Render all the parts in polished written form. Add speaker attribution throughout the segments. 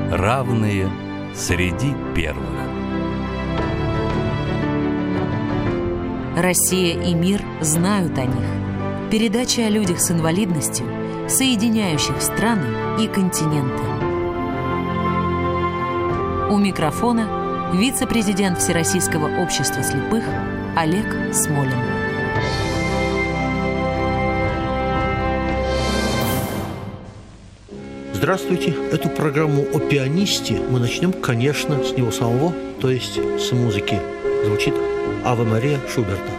Speaker 1: равные среди первых.
Speaker 2: Россия и мир знают о них. Передача о людях с инвалидностью, соединяющих страны и континенты. У микрофона вице-президент Всероссийского общества слепых Олег Смолин.
Speaker 3: Здравствуйте. Эту программу о пианисте мы начнем, конечно, с него самого, то есть с музыки. Звучит «Аве Мария» Шуберта.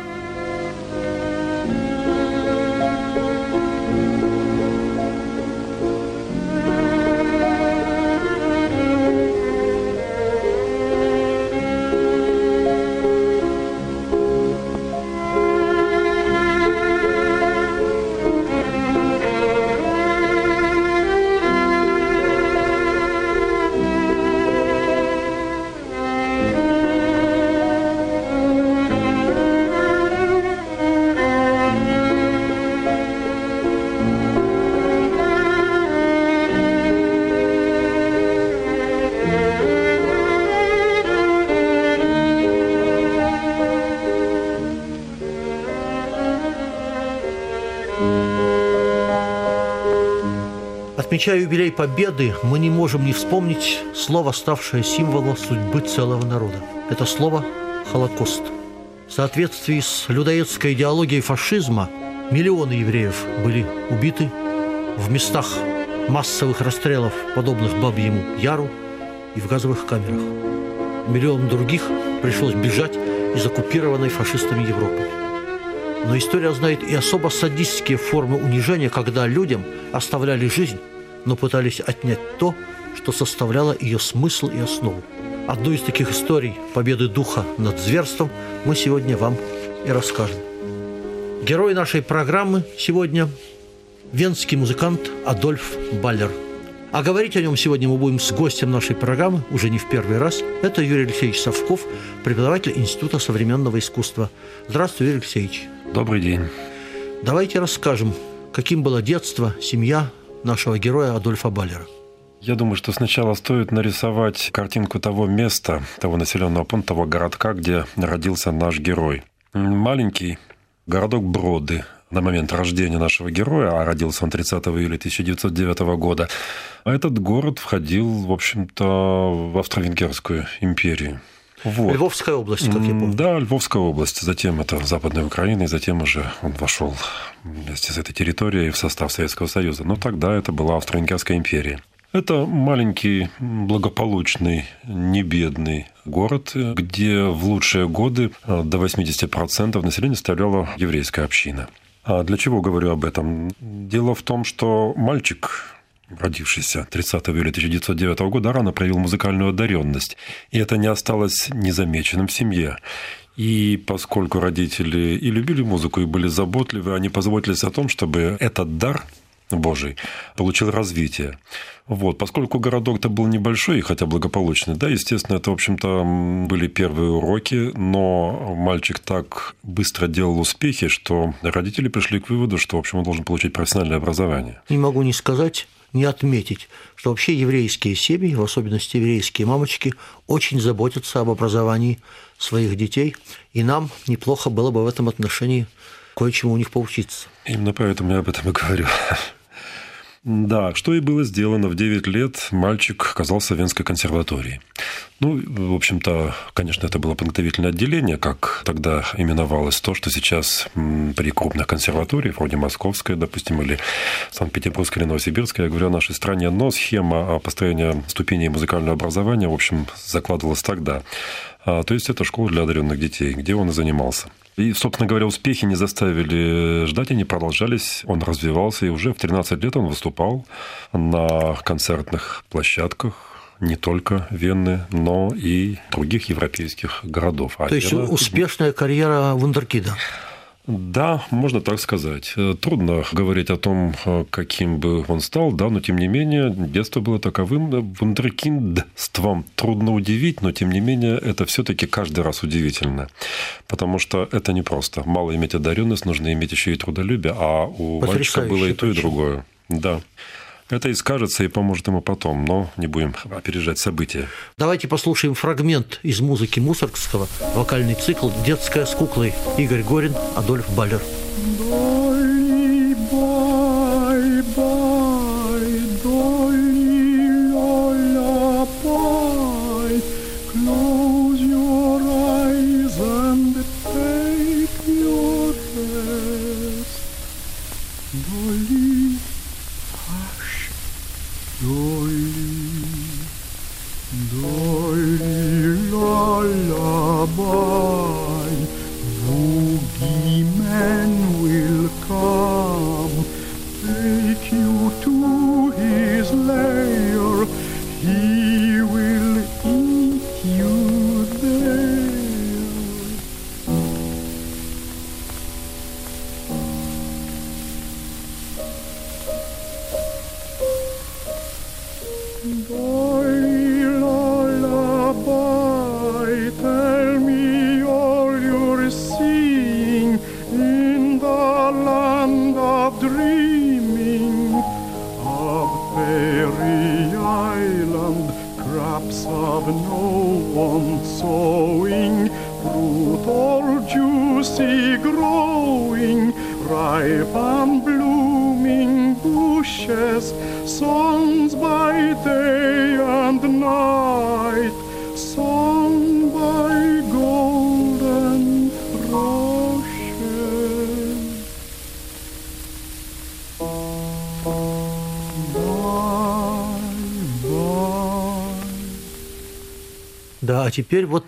Speaker 3: Отмечая юбилей Победы, мы не можем не вспомнить слово, ставшее символом судьбы целого народа. Это слово «Холокост». В соответствии с людоедской идеологией фашизма миллионы евреев были убиты в местах массовых расстрелов, подобных Бабьему Яру, и в газовых камерах. Миллионам других пришлось бежать из оккупированной фашистами Европы. Но история знает и особо садистские формы унижения, когда людям оставляли жизнь, но пытались отнять то, что составляло ее смысл и основу. Одну из таких историй победы духа над зверством мы сегодня вам и расскажем. Герой нашей программы сегодня – венский музыкант Адольф Баллер. А говорить о нем сегодня мы будем с гостем нашей программы, уже не в первый раз. Это Юрий Алексеевич Совков, преподаватель Института современного искусства. Здравствуй, Юрий Алексеевич.
Speaker 4: Добрый день.
Speaker 3: Давайте расскажем, каким было детство, семья нашего героя Адольфа Баллера.
Speaker 4: Я думаю, что сначала стоит нарисовать картинку того места, того населенного пункта, того городка, где родился наш герой. Маленький городок Броды на момент рождения нашего героя, а родился он 30 июля 1909 года, а этот город входил, в общем-то, в Австро-Венгерскую империю. Вот.
Speaker 3: Львовская область, как я помню.
Speaker 4: Да, Львовская область. Затем это Западная Украина, и затем уже он вошел вместе с этой территорией в состав Советского Союза. Но тогда это была Австро-Венгерская империя. Это маленький, благополучный, небедный город, где в лучшие годы до 80% населения составляла еврейская община. А для чего говорю об этом? Дело в том, что мальчик, родившийся 30 июля 1909 года, рано проявил музыкальную одаренность, и это не осталось незамеченным в семье. И поскольку родители и любили музыку, и были заботливы, они позаботились о том, чтобы этот дар Божий получил развитие. Вот. Поскольку городок-то был небольшой и хотя благополучный, да, естественно, это, в общем-то, были первые уроки, но мальчик так быстро делал успехи, что родители пришли к выводу, что, в общем, он должен получить профессиональное образование.
Speaker 3: Не могу не сказать, не отметить, что вообще еврейские семьи, в особенности еврейские мамочки, очень заботятся об образовании своих детей, и нам неплохо было бы в этом отношении кое-чему у них поучиться.
Speaker 4: Именно поэтому я об этом и говорю. Да, что и было сделано. В 9 лет мальчик оказался в Венской консерватории. Ну, в общем-то, конечно, это было подготовительное отделение, как тогда именовалось то, что сейчас при крупных консерваториях, вроде Московской, допустим, или Санкт-Петербургской или Новосибирской, я говорю о нашей стране, но схема построения ступеней музыкального образования, в общем, закладывалась тогда. То есть, это школа для одаренных детей, где он и занимался. И, собственно говоря, успехи не заставили ждать, они продолжались, он развивался, и уже в 13 лет он выступал на концертных площадках не только Вены, но и других европейских городов.
Speaker 3: То есть, успешная карьера вундеркинда.
Speaker 4: Да, можно так сказать. Трудно говорить о том, каким бы он стал, да, но тем не менее детство было таковым. Вундеркиндством трудно удивить, но тем не менее это все-таки каждый раз удивительно, потому что это непросто. Мало иметь одаренность, нужно иметь еще и трудолюбие, а у мальчика было и то, и другое. Да. Это и скажется, и поможет ему потом, но не будем опережать события.
Speaker 3: Давайте послушаем фрагмент из музыки Мусоргского, вокальный цикл «Детская с куклой». Игорь Горин, Адольф Баллер. Да, а теперь вот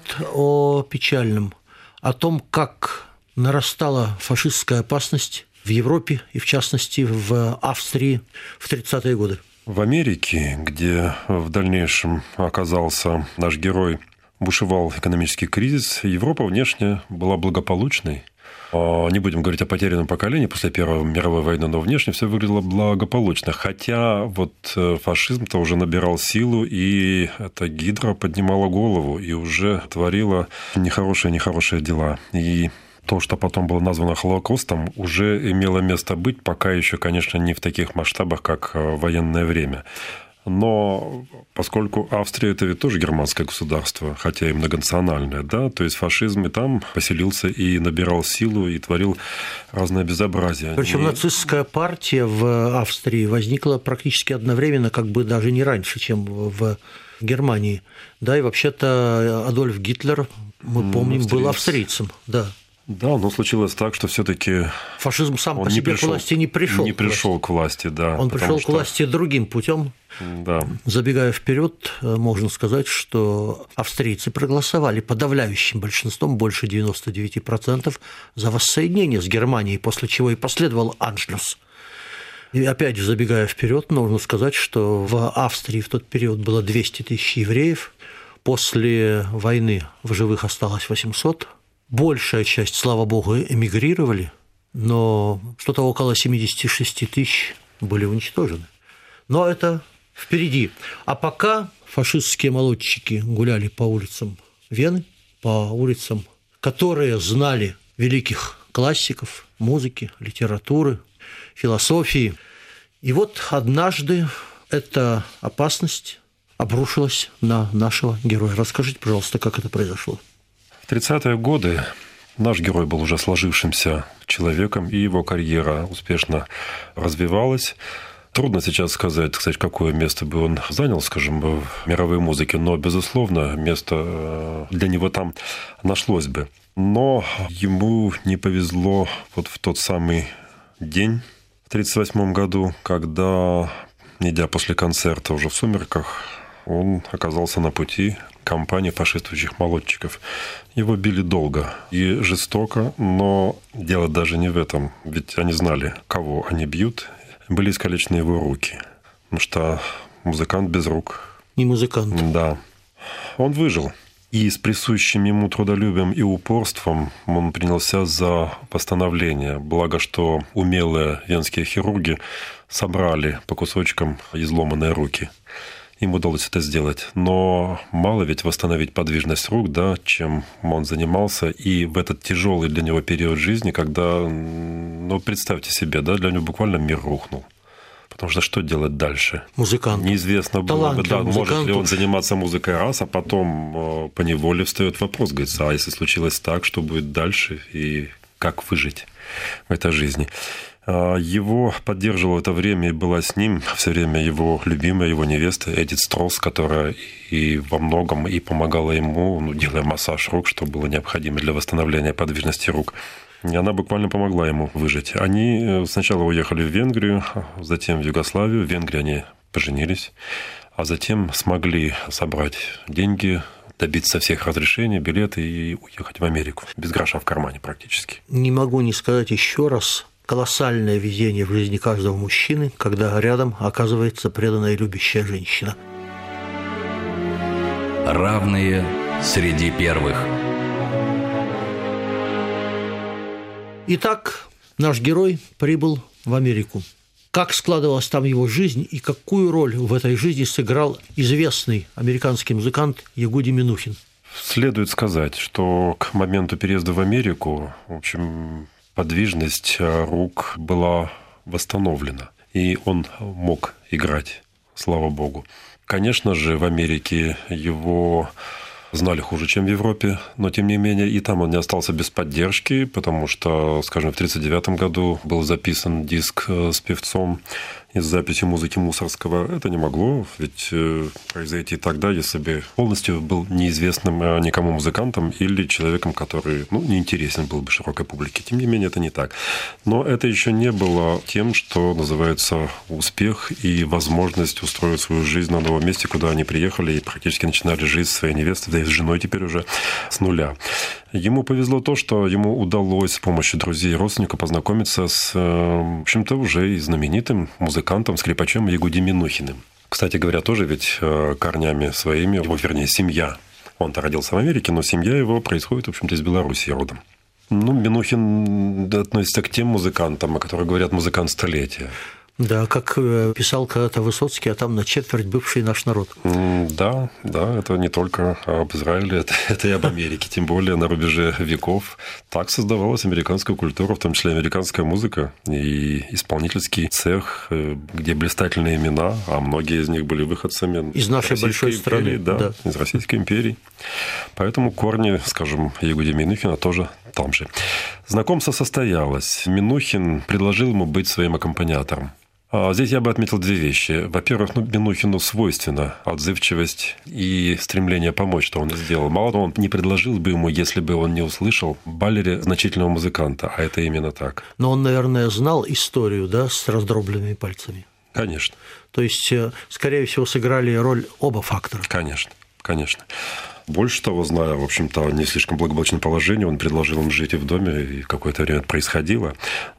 Speaker 3: о печальном, о том, как нарастала фашистская опасность в Европе и, в частности, в Австрии в 30-е годы.
Speaker 4: В Америке, где в дальнейшем оказался наш герой, бушевал экономический кризис, Европа внешне была благополучной. Не будем говорить о потерянном поколении после Первой мировой войны, но внешне все выглядело благополучно. Хотя вот фашизм-то уже набирал силу, и эта гидра поднимала голову и уже творила нехорошие дела. И то, что потом было названо Холокостом, уже имело место быть, пока еще, конечно, не в таких масштабах, как в военное время. Но поскольку Австрия – это ведь тоже германское государство, хотя и многонациональное, да, то есть фашизм и там поселился и набирал силу, и творил разное безобразие.
Speaker 3: Причем нацистская партия в Австрии возникла практически одновременно, как бы даже не раньше, чем в Германии. Да, и вообще-то Адольф Гитлер, мы помним, был австрийцем, да.
Speaker 4: Да, но случилось так, что все-таки
Speaker 3: фашизм сам по себе к власти не пришел.
Speaker 4: Не пришел к власти, да.
Speaker 3: Он пришел к власти другим путем.
Speaker 4: Да.
Speaker 3: Забегая вперед, можно сказать, что австрийцы проголосовали подавляющим большинством, больше 99%, за воссоединение с Германией, после чего и последовал аншлюс. И опять же, забегая вперед, нужно сказать, что в Австрии в тот период было 200 тысяч евреев. После войны в живых осталось 800. Большая часть, слава богу, эмигрировали, но что-то около 76 тысяч были уничтожены. Но это впереди. А пока фашистские молодчики гуляли по улицам Вены, по улицам, которые знали великих классиков музыки, литературы, философии. И вот однажды эта опасность обрушилась на нашего героя. Расскажите, пожалуйста, как это произошло.
Speaker 4: В 30-е годы наш герой был уже сложившимся человеком, и его карьера успешно развивалась. Трудно сейчас сказать, кстати, какое место бы он занял, скажем, в мировой музыке, но, безусловно, место для него там нашлось бы. Но ему не повезло вот в тот самый день, в 1938 году, когда, идя после концерта уже в сумерках, он оказался на пути компании фашистующих молодчиков. Его били долго и жестоко, но дело даже не в этом, ведь они знали, кого они бьют. Были искалечены его руки, потому что музыкант без рук.
Speaker 3: Не музыкант.
Speaker 4: Да. Он выжил. И с присущим ему трудолюбием и упорством он принялся за восстановление. Благо, что умелые венские хирурги собрали по кусочкам изломанные руки. Им удалось это сделать. Но мало ведь восстановить подвижность рук, да, чем он занимался. И в этот тяжелый для него период жизни, когда, ну, представьте себе, да, для него буквально мир рухнул. Потому что делать дальше?
Speaker 3: Музыкант.
Speaker 4: Неизвестно было бы, да, может ли он заниматься музыкой раз, а потом поневоле встает вопрос, говорится, а если случилось так, что будет дальше и как выжить в этой жизни? Его поддерживала в это время и была с ним все время его любимая, его невеста Эдит Стросс, которая и во многом и помогала ему, делая массаж рук, что было необходимо для восстановления подвижности рук. И она буквально помогла ему выжить. Они сначала уехали в Венгрию, затем в Югославию. В Венгрии они поженились, а затем смогли собрать деньги, добиться всех разрешений, билеты и уехать в Америку. Без гроша в кармане практически.
Speaker 3: Не могу не сказать еще раз, колоссальное везение в жизни каждого мужчины, когда рядом оказывается преданная и любящая женщина.
Speaker 1: Равные среди первых.
Speaker 3: Итак, наш герой прибыл в Америку. Как складывалась там его жизнь и какую роль в этой жизни сыграл известный американский музыкант Ягуди Минухин?
Speaker 4: Следует сказать, что к моменту переезда в Америку, в общем, подвижность рук была восстановлена, и он мог играть, слава богу. Конечно же, в Америке его знали хуже, чем в Европе, но тем не менее и там он не остался без поддержки, потому что, скажем, в 1939 году был записан диск с певцом из записи музыки Мусорского. Это не могло ведь произойти тогда, если бы полностью был неизвестным никому музыкантом или человеком, который не интересен был бы широкой публике. Тем не менее, это не так. Но это еще не было тем, что называется успех и возможность устроить свою жизнь на новом месте, куда они приехали и практически начинали жизнь своей невесты, да и с женой теперь уже с нуля. Ему повезло то, что ему удалось с помощью друзей и родственников познакомиться с, в общем-то, уже и знаменитым музыкантом, скрипачем Ягуди Минухиным. Кстати говоря, тоже ведь корнями своими, вернее, семья. Он-то родился в Америке, но семья его происходит, в общем-то, из Белоруссии родом. Минухин относится к тем музыкантам, о которых говорят «музыкант столетия».
Speaker 3: Да, как писал когда-то Высоцкий, а там на четверть бывший наш народ.
Speaker 4: Да, это не только об Израиле, это и об Америке, тем более на рубеже веков. Так создавалась американская культура, в том числе американская музыка и исполнительский цех, где блистательные имена, а многие из них были выходцами
Speaker 3: из нашей большой страны.
Speaker 4: Да, из Российской империи. Поэтому корни, скажем, Ягуди Минухина тоже там же. Знакомство состоялось. Минухин предложил ему быть своим аккомпаниатором. Здесь я бы отметил две вещи. Во-первых, Минухину свойственна отзывчивость и стремление помочь, что он и сделал. Мало того, он не предложил бы ему, если бы он не услышал в Баллере значительного музыканта, а это именно так.
Speaker 3: Но он, наверное, знал историю, да, с раздробленными пальцами?
Speaker 4: Конечно.
Speaker 3: То есть, скорее всего, сыграли роль оба фактора?
Speaker 4: Конечно. Больше того, зная, в общем-то, не слишком благополучное положение, он предложил им жить и в доме, и какое-то время это происходило.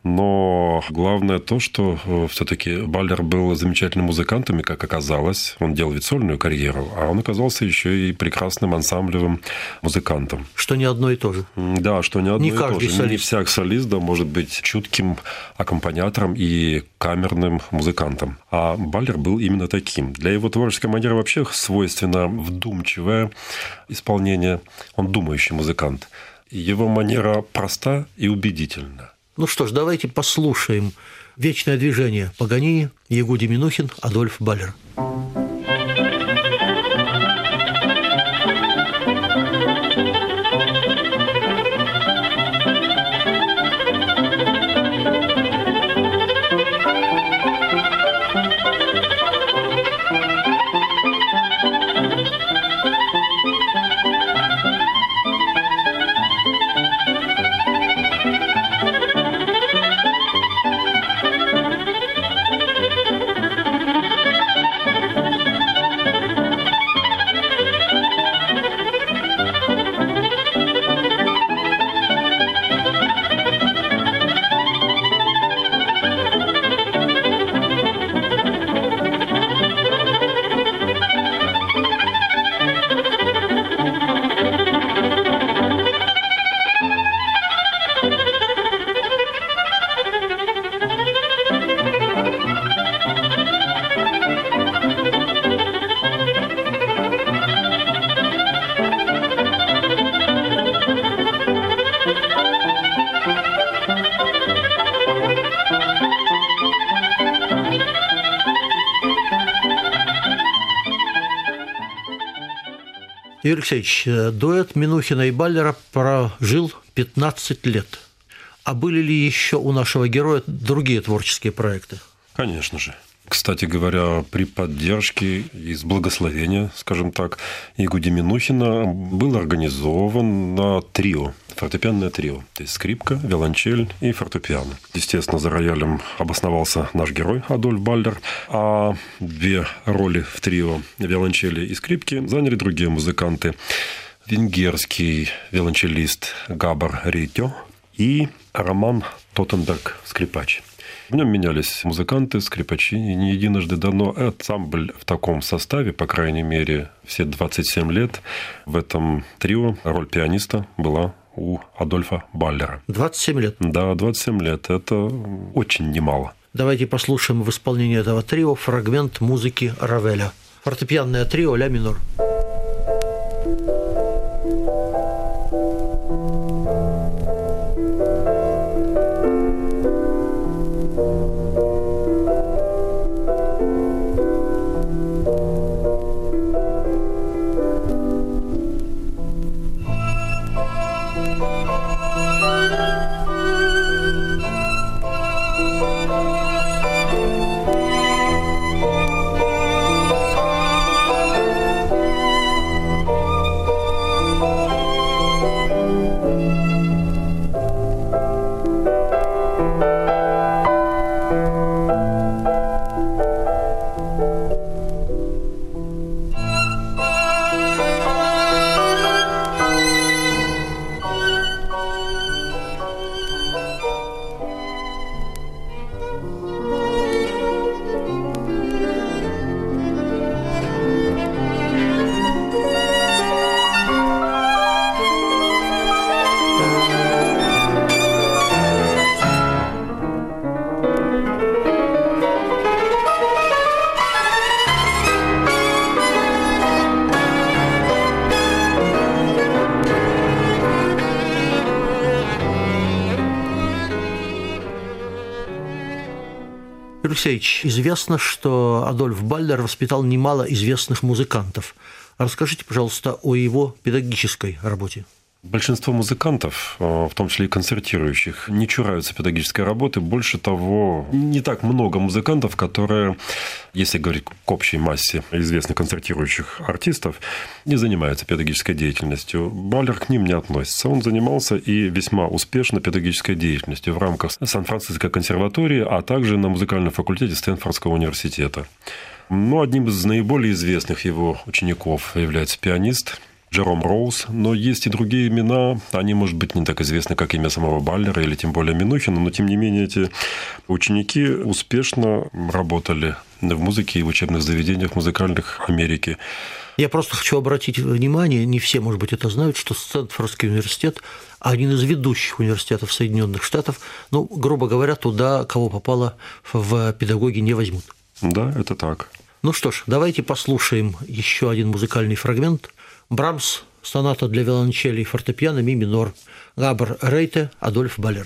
Speaker 4: Но главное то, что все-таки Баллер был замечательным музыкантом, и, как оказалось, он делал ведь сольную карьеру, а он оказался еще и прекрасным ансамблевым музыкантом.
Speaker 3: Что не одно и то же.
Speaker 4: Да, что не одно и то же.
Speaker 3: Солист.
Speaker 4: Не всяк солист, да, может быть чутким аккомпаниатором и камерным музыкантом. А Баллер был именно таким. Для его творческой манеры вообще свойственно вдумчивое исполнение. Он думающий музыкант. Его манера проста и убедительна.
Speaker 3: Ну что ж, давайте послушаем «Вечное движение» Паганини, Ягуди Минухин, Адольф Баллер. Юрий Алексеевич, дуэт Минухина и Баллера прожил 15 лет. А были ли еще у нашего героя другие творческие проекты?
Speaker 4: Конечно же. Кстати говоря, при поддержке и с благословения, скажем так, Игуди Минухина был организован трио, фортепианное трио. То есть скрипка, виолончель и фортепиано. Естественно, за роялем обосновался наш герой Адольф Баллер, а две роли в трио виолончели и скрипки заняли другие музыканты. Венгерский виолончелист Габор Рейтё и Роман Тоттенберг, скрипач. В нем менялись музыканты, скрипачи, и не единожды давно ансамбль в таком составе, по крайней мере, все 27 лет, в этом трио роль пианиста была у Адольфа Баллера.
Speaker 3: 27 лет?
Speaker 4: Да, 27 лет. Это очень немало.
Speaker 3: Давайте послушаем в исполнении этого трио фрагмент музыки Равеля. Фортепианное трио ля минор. Алексеевич, известно, что Адольф Баллер воспитал немало известных музыкантов. Расскажите, пожалуйста, о его педагогической работе.
Speaker 4: Большинство музыкантов, в том числе и концертирующих, не чураются педагогической работы. Больше того, не так много музыкантов, которые, если говорить к общей массе известных концертирующих артистов, не занимаются педагогической деятельностью. Баллер к ним не относится. Он занимался и весьма успешно педагогической деятельностью в рамках Сан-Франциской консерватории, а также на музыкальном факультете Стэнфордского университета. Но одним из наиболее известных его учеников является пианист Джером Роуз, но есть и другие имена, они, может быть, не так известны, как имя самого Баллера или тем более Минухина, но, тем не менее, эти ученики успешно работали в музыке и в учебных заведениях музыкальных Америки.
Speaker 3: Я просто хочу обратить внимание, не все, может быть, это знают, что Стэнфордский университет – один из ведущих университетов Соединенных Штатов, ну, грубо говоря, туда, кого попало, в педагоги не возьмут.
Speaker 4: Да, это так.
Speaker 3: Ну что ж, давайте послушаем еще один музыкальный фрагмент. Брамс, соната для виолончели и фортепиано ми минор. Габор Рейтё, Адольф Баллер.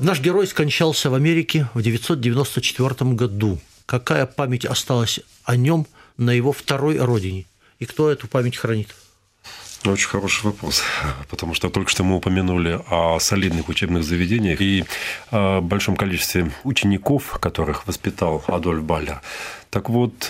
Speaker 3: Наш герой скончался в Америке в 1994 году. Какая память осталась о нем на его второй родине? И кто эту память хранит?
Speaker 4: Очень хороший вопрос, потому что только что мы упомянули о солидных учебных заведениях и о большом количестве учеников, которых воспитал Адольф Баллер. Так вот,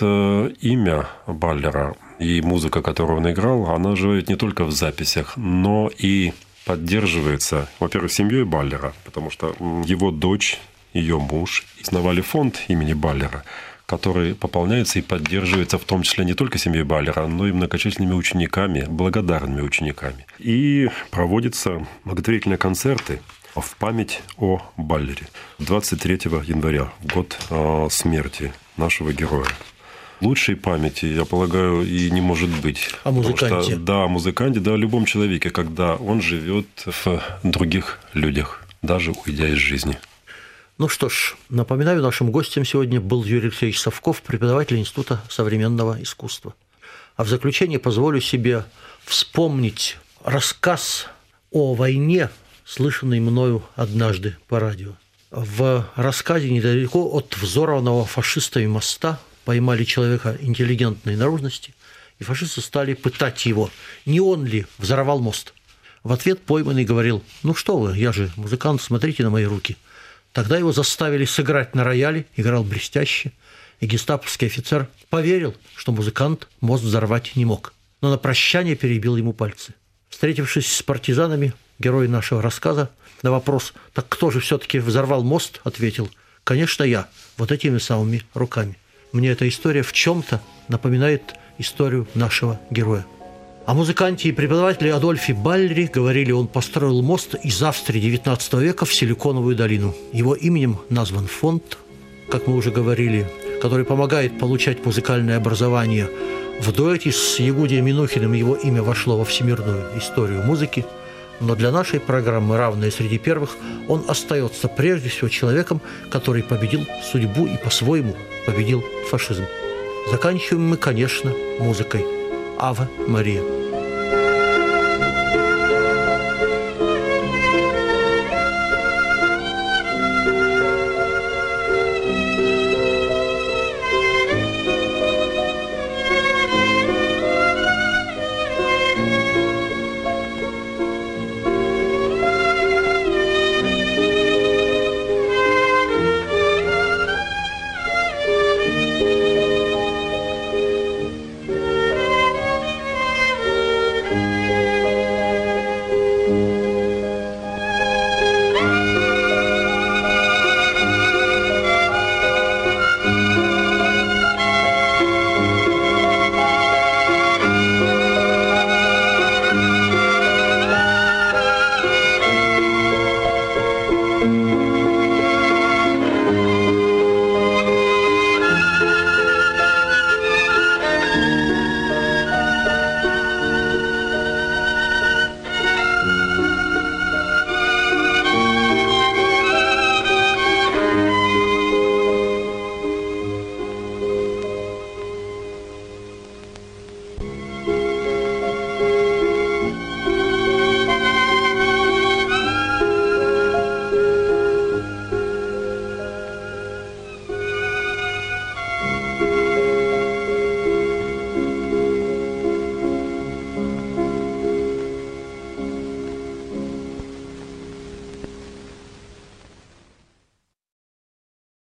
Speaker 4: имя Баллера и музыка, которую он играл, она живет не только в записях, но и поддерживается, во-первых, семьей Баллера, потому что его дочь, ее муж основали фонд имени Баллера, который пополняется и поддерживается в том числе не только семьей Баллера, но и многочисленными учениками, благодарными учениками. И проводятся благотворительные концерты в память о Баллере 23 января, в год смерти нашего героя. Лучшей памяти, я полагаю, и не может быть.
Speaker 3: О музыканте.
Speaker 4: О музыканте, о любом человеке, когда он живет в других людях, даже уйдя из жизни.
Speaker 3: Ну что ж, напоминаю, нашим гостем сегодня был Юрий Алексеевич Совков, преподаватель Института современного искусства. А в заключение позволю себе вспомнить рассказ о войне, слышанный мною однажды по радио. В рассказе недалеко от взорванного фашистами моста поймали человека интеллигентной наружности, и фашисты стали пытать его, не он ли взорвал мост. В ответ пойманный говорил: «Ну что вы, я же музыкант, смотрите на мои руки». Тогда его заставили сыграть на рояле, играл блестяще, и гестаповский офицер поверил, что музыкант мост взорвать не мог, но на прощание перебил ему пальцы. Встретившись с партизанами, герой нашего рассказа на вопрос: «Так кто же все-таки взорвал мост?» ответил: «Конечно, я, вот этими самыми руками». Мне эта история в чем-то напоминает историю нашего героя. О музыканте и преподавателе Адольфе Баллере говорили: он построил мост из Австрии XIX века в Силиконовую долину. Его именем назван фонд, как мы уже говорили, который помогает получать музыкальное образование. В дуэте с Ягудием Минухиным его имя вошло во всемирную историю музыки. Но для нашей программы «Равные среди первых» он остается прежде всего человеком, который победил судьбу и по-своему победил фашизм. Заканчиваем мы, конечно, музыкой. Аве Мария.